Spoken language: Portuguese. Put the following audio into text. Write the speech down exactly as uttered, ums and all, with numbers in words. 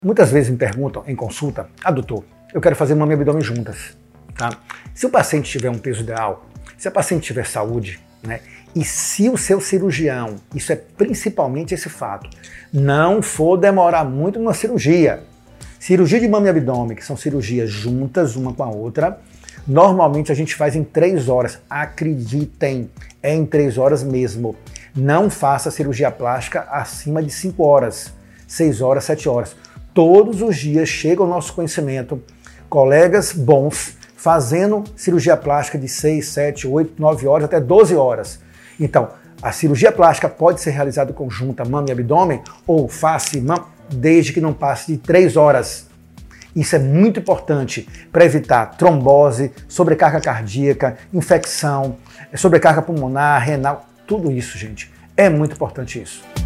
Muitas vezes me perguntam em consulta, ah doutor, eu quero fazer mama e abdômen juntas, tá? Se o paciente tiver um peso ideal, se a paciente tiver saúde, né? E se o seu cirurgião, isso é principalmente esse fato, não for demorar muito numa cirurgia. Cirurgia de mama e abdômen, que são cirurgias juntas, uma com a outra, normalmente a gente faz em três horas. Acreditem, é em três horas mesmo. Não faça cirurgia plástica acima de cinco horas, seis horas, sete horas. Todos os dias chega ao nosso conhecimento colegas bons fazendo cirurgia plástica de seis, sete, oito, nove horas, até doze horas. Então, a cirurgia plástica pode ser realizada conjunta mama e abdômen ou face e mama, desde que não passe de três horas. Isso é muito importante para evitar trombose, sobrecarga cardíaca, infecção, sobrecarga pulmonar, renal, tudo isso, gente. É muito importante isso.